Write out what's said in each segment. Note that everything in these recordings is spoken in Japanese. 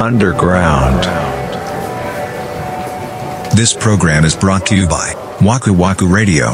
underground. This program is brought to you by Waku Waku Radio.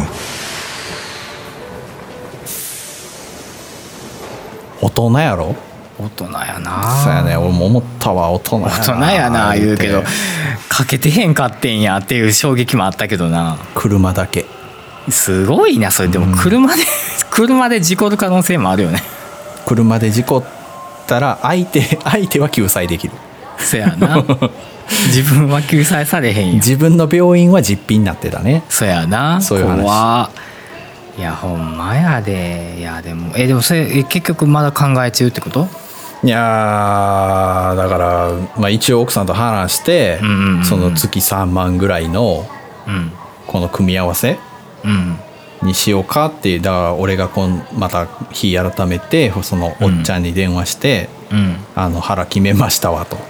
大人やろ。 大人やな。 そうやね、俺も思ったわ。大人やな、 大人やな言うけどかけてへんかってんやっていう衝撃もあったけどな。 車だけすごいなそれ。でも車で事故る可能性もあるよね。 車で事故ったら相手は救済できる。 そやな自分は救済されへんよ。 自分の病院は実費になってたね。 そやな。 そういう話。 怖いやほんまやで。いやでもそれ結局まだ考え中ってこと？ いやだから、まあ、一応奥さんと話して、その月3万ぐらいのこの組み合わせにしようかって。だから俺がまた日改めてそのおっちゃんに電話して、腹決めましたわと。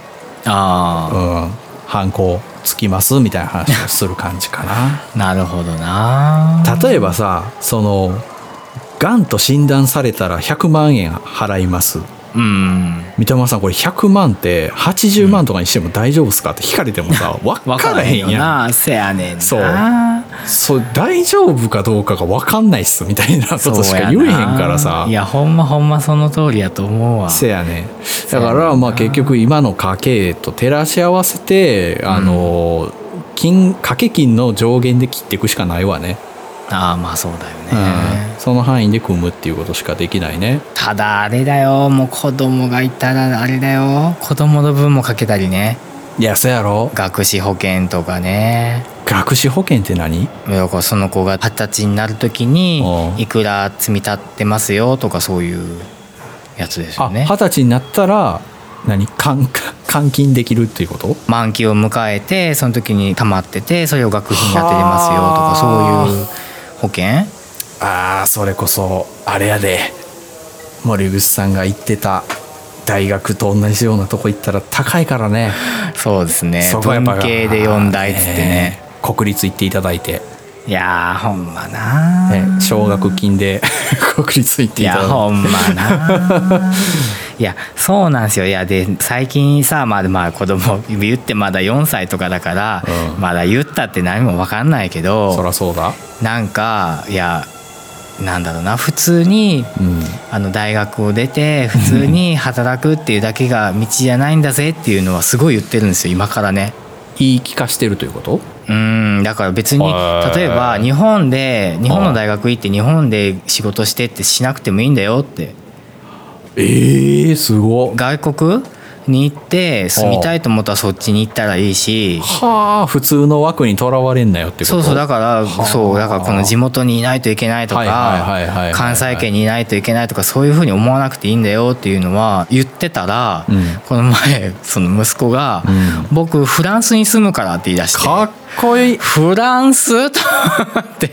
ハンコつきますみたいな話をする感じかななるほどな。 例えばさ、そのがんと診断されたら100万円払います。三田村さん、これ100万って80万とかにしても大丈夫ですかって聞かれてもさ、分からへんやん。 せやねんな。 そう大丈夫かどうかが分かんないっすみたいなことしか言えへんからさ。 いやほんまその通りやと思うわ。 せやね。だからまあ結局今の家計と照らし合わせて掛け金の上限で切っていくしかないわね。 まあそうだよね、 その範囲で組むっていうことしかできないね。 ただあれだよ、もう子供がいたらあれだよ、子供の分もかけたりね。 いやそうやろ。 学資保険とかね。 学資保険って何？ だからその子が20歳になるときにいくら積み立ってますよとかそういうやつですよね。 20歳になったら換金できるっていうこと？ 満期を迎えてその時に貯まっててそれを学費に当てれますよとかそういう保険？ それこそあれやで、森口さんが言ってた大学と同じようなとこ行ったら高いからね。 そうですね。文系で4大っつってね。 国立行っていただいて。 いやほんまな、 奨学金で国立行っていただいて。 いやほんまないやそうなんですよ。いやで最近さ、まあ子供言ってまだ4歳とかだから、まだ言ったって何も分かんないけど、 そらそうだ。 なんかいやなんだろうな、普通に、大学を出て普通に働くっていうだけが道じゃないんだぜっていうのはすごい言ってるんですよ今からね。 言い聞かしてるということ？ だから別に例えば日本の大学行って日本で仕事してってしなくてもいいんだよって。 すごい。 外国に行って住みたいと思ったらそっちに行ったらいいし、 普通の枠にとらわれんなよってこと？ そうだからこの地元にいないといけないとか関西圏にいないといけないとかそういうふうに思わなくていいんだよっていうのは言ってたら、この前その息子が、僕フランスに住むからって言い出して、 かっこいい。 フランスと思って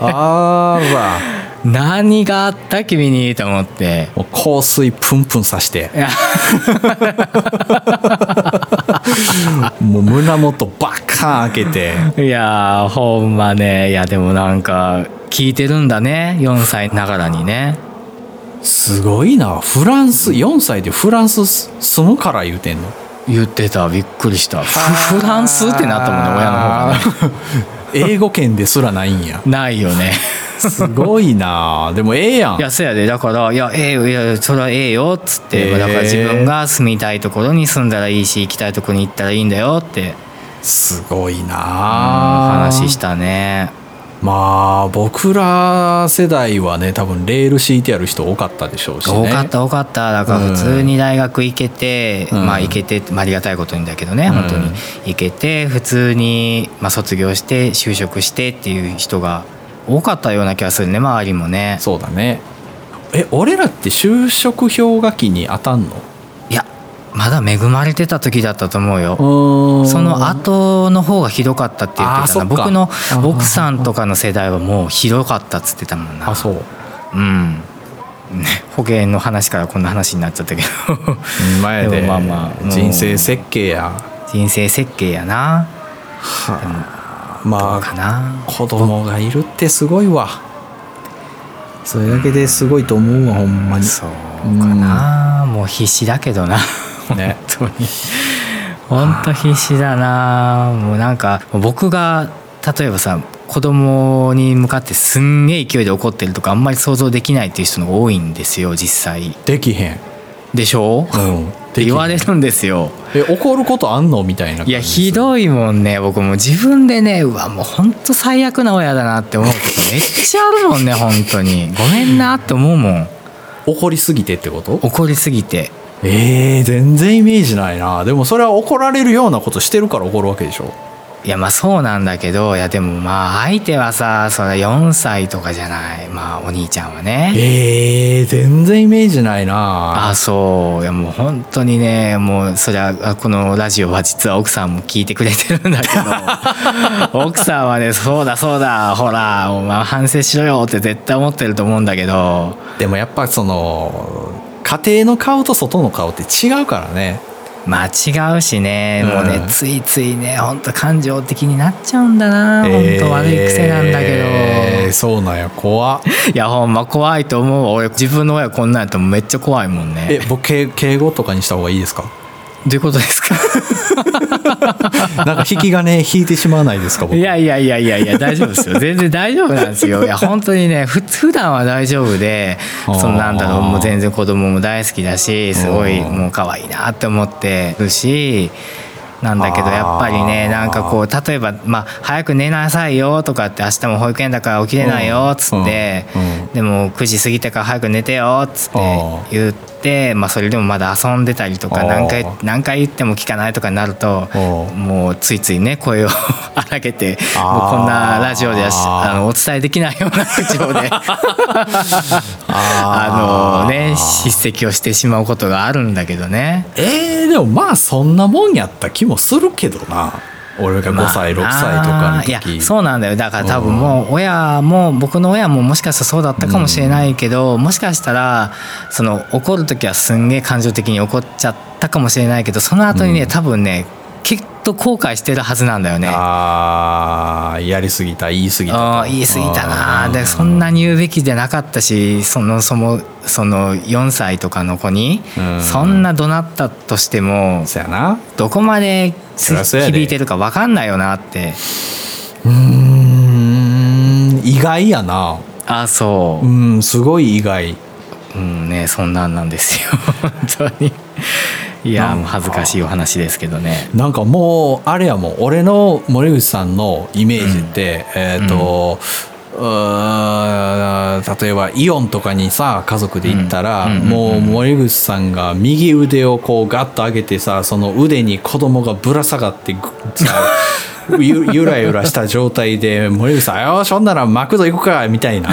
何があった君にと思って、 もう香水プンプンさしてもう胸元バカーン開けて。 いやほんまね。いやでもなんか聞いてるんだね4歳ながらにね。 すごいな。フランス4歳でフランス住むから言うてんの？ 言ってた。びっくりした。フランスってなったもんね親の方がね英語圏ですらないんや。 ないよねすごいな。でもやん。 いやそうやで。だからいやそれはよっつって、だから自分が住みたいところに住んだらいいし行きたいところに行ったらいいんだよって。 すごいな。 話したね。 まあ僕ら世代はね多分レール敷いてある人多かったでしょうしね。 多かった。だから普通に大学行けて、行けて、ありがたいことにだけどね、本当に行けて普通に、卒業して就職してっていう人が多かったような気がするね周りもね。 そうだね。俺らって就職氷河期に当たんの？ いやまだ恵まれてた時だったと思うよ。その後の方がひどかったって言ってたな。僕の奥さんとかの世代はもうひどかったっつってたもんな。 そう。 ね、保険の話からこんな話になっちゃったけど前で人生設計やな。 まあ子供がいるってすごいわ。それだけですごいと思うわほんまに。 そうかな、もう必死だけどなね本当にほんと必死だな。もうなんか僕が例えばさ子供に向かってすんげえ勢いで怒ってるとかあんまり想像できないっていう人のが多いんですよ実際。 できへんでしょ、って言われるんですよ。 怒ることあんのみたいな感じ。 いやひどいもんね。僕も自分でね、うわもうほんと最悪な親だなって思うことめっちゃあるもんね本当に。ごめんなって思うもん。 怒りすぎてってこと？ 怒りすぎて。 全然イメージないな。でもそれは怒られるようなことしてるから怒るわけでしょ。 いやまあそうなんだけど、いやでもまあ相手はさそれ4歳とかじゃない、まあお兄ちゃんはね。 全然イメージないな。 あ、そう。いやもう本当にね、もうそりゃこのラジオは実は奥さんも聞いてくれてるんだけど奥さんはね、そうだそうだほらお前反省しろよって絶対思ってると思うんだけど、 でもやっぱその家庭の顔と外の顔って違うからね。 まあ違うしね、もうねついついね本当感情的になっちゃうんだな。本当悪い癖なんだけど。 そうなんや、怖っ。 いやほんま怖いと思う。俺自分の親こんなんやったらめっちゃ怖いもんね。 僕敬語とかにした方がいいですか？ どういうことですかなんか引き金引いてしまわないですか？僕いや大丈夫ですよ。全然大丈夫なんですよ。いや本当にね普段は大丈夫で、そのなんだろう、もう全然子供も大好きだし、すごいもう可愛いなって思ってるしなんだけど、やっぱりねなんかこう例えばまあ早く寝なさいよとかって、明日も保育園だから起きれないよっつって、でも9時過ぎてから早く寝てよっつって言って、まあそれでもまだ遊んでたりとか、何回言っても聞かないとかになると、もうついついね声を荒げて、もうこんなラジオでお伝えできないような口調で叱責をしてしまうことがあるんだけどね。 でもまあそんなもんやった気もするけどな。俺が5歳、6歳とかの時。 いやそうなんだよ。だから多分もう親も僕の親ももしかしたらそうだったかもしれないけど、もしかしたらその怒る時はすんげえ感情的に怒っちゃったかもしれないけど、その後にね多分ねきっと後悔してるはずなんだよね。 やりすぎた、言い過ぎた言い過ぎたな。でそんなに言うべきじゃなかったし、その4歳とかの子にそんな怒鳴ったとしても、 そうやな、 どこまで響いてるか分かんないよなって。 意外やな。 そう。 すごい意外。 ね、そんなんですよ本当に。いやもう恥ずかしいお話ですけどね。 なんかもうあれやもん、俺の森口さんのイメージって、例えばイオンとかにさ家族で行ったら、もう森口さんが右腕をこうガッと上げてさ、その腕に子供がぶら下がってさゆらゆらした状態で、森口さんよしほんならマクド行くかみたいな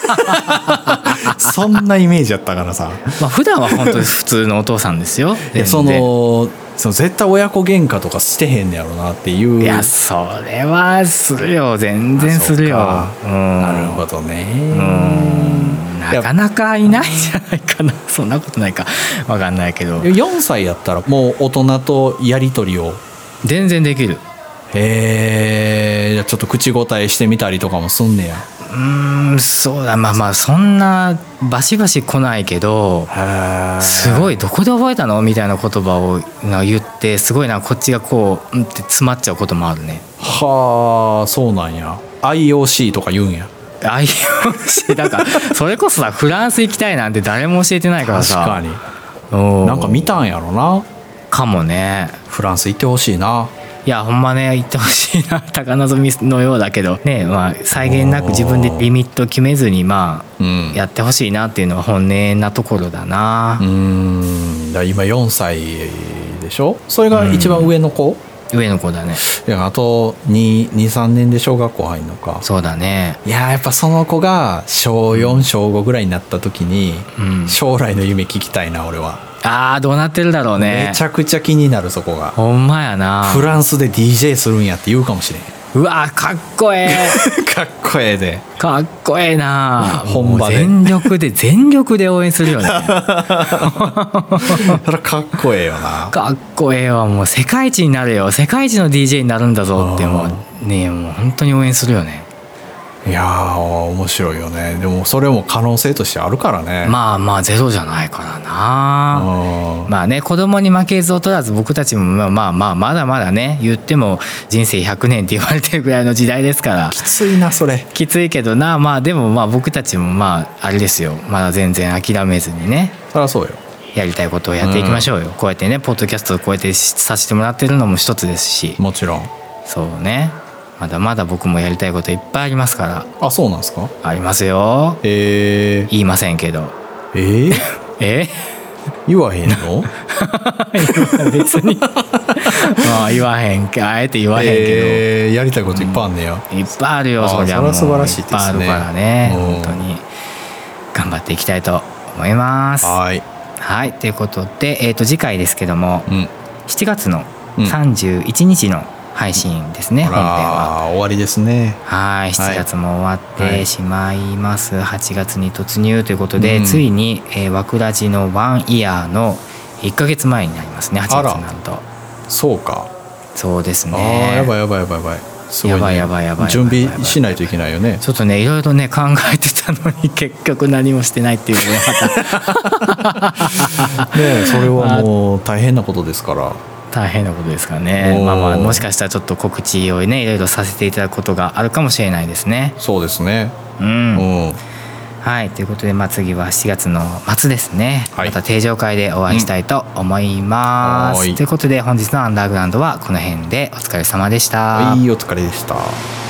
そんなイメージやったからさ。 まあ普段は本当に普通のお父さんですよ。 いやその絶対親子喧嘩とかしてへんねやろなっていう。 いやそれはするよ、全然するよ。 なるほどね。 なかなかいないじゃないかな。そんなことないか分かんないけど、 4歳やったらもう大人とやり取りを全然できる。 じゃあちょっと口答えしてみたりとかもすんねや。 そうだ、まあそんなバシバシ来ないけど、すごいどこで覚えたのみたいな言葉を言って、すごいなこっちがこうって詰まっちゃうこともあるね。 はあ、そうなんや。 IOC とか言うんや。 IOC だからそれこそさフランス行きたいなんて誰も教えてないからさ。 確かに。なんか見たんやろな。 かもね。 フランス行ってほしいな。 いやほんまね行ってほしいな。高望みのようだけどね、まあ際限なく自分でリミット決めずにまあ、やってほしいなっていうのは本音なところだな。 だ今4歳でしょ。それが一番上の子、 上の子だね。 いやあと 2,3 年で小学校入るのか。 そうだね。 いややっぱその子が小4小5ぐらいになった時に、将来の夢聞きたいな俺は。 どうなってるだろうね。 めちゃくちゃ気になる。そこがほんまやな。 フランスで DJ するんやって言うかもしれん。 うわかっこええかっこええで。 かっこええな。 本場で全力で応援するよねそれかっこええよな。 かっこええわ。もう世界一になるよ、世界一の DJ になるんだぞって、もうねもう本当に応援するよね。 いやー面白いよね。でもそれも可能性としてあるからね。 まあゼロじゃないからな。まあね、子供に負けず劣らず僕たちもまだまだね、言っても人生100年って言われてるぐらいの時代ですから。 きついなそれ。 きついけどな。でも僕たちもあれですよ、まだ全然諦めずにね、 そりゃそうよ、 やりたいことをやっていきましょうよ。こうやってねポッドキャストをこうやってさせてもらってるのも一つですし。 もちろん。 そうね、まだまだ僕もやりたいこといっぱいありますから。 あ、そうなんですか。 ありますよ。言いませんけど。 言わへんの別に言わへん、あえて言わへんけど、 やりたいこといっぱいあんねや。 いっぱいあるよ。そりゃもうそれは素晴らしいですね。 いっぱいあるからね、本当に頑張っていきたいと思います。はいということで、次回ですけども、7月の31日の配信ですね、本編は。 終わりですね。 はい、7月も終わってしまいます。8月に突入ということで、ついにわくらじのワンイヤーの1ヶ月前になりますね。8月になると。 そうか。 そうですね。 やばいすごいね。 やばい準備しないといけないよね。 ちょっとね、いろいろね考えてたのに結局何もしてないっていうね、 ね、それはもう大変なことですから。 大変なことですからね。もしかしたらちょっと告知をねいろいろさせていただくことがあるかもしれないですね。 そうですね。 はい、ということで、次は7月の末ですね、また定常会でお会いしたいと思います。ということで本日のアンダーグラウンドはこの辺でお疲れ様でした。 はい、お疲れでした。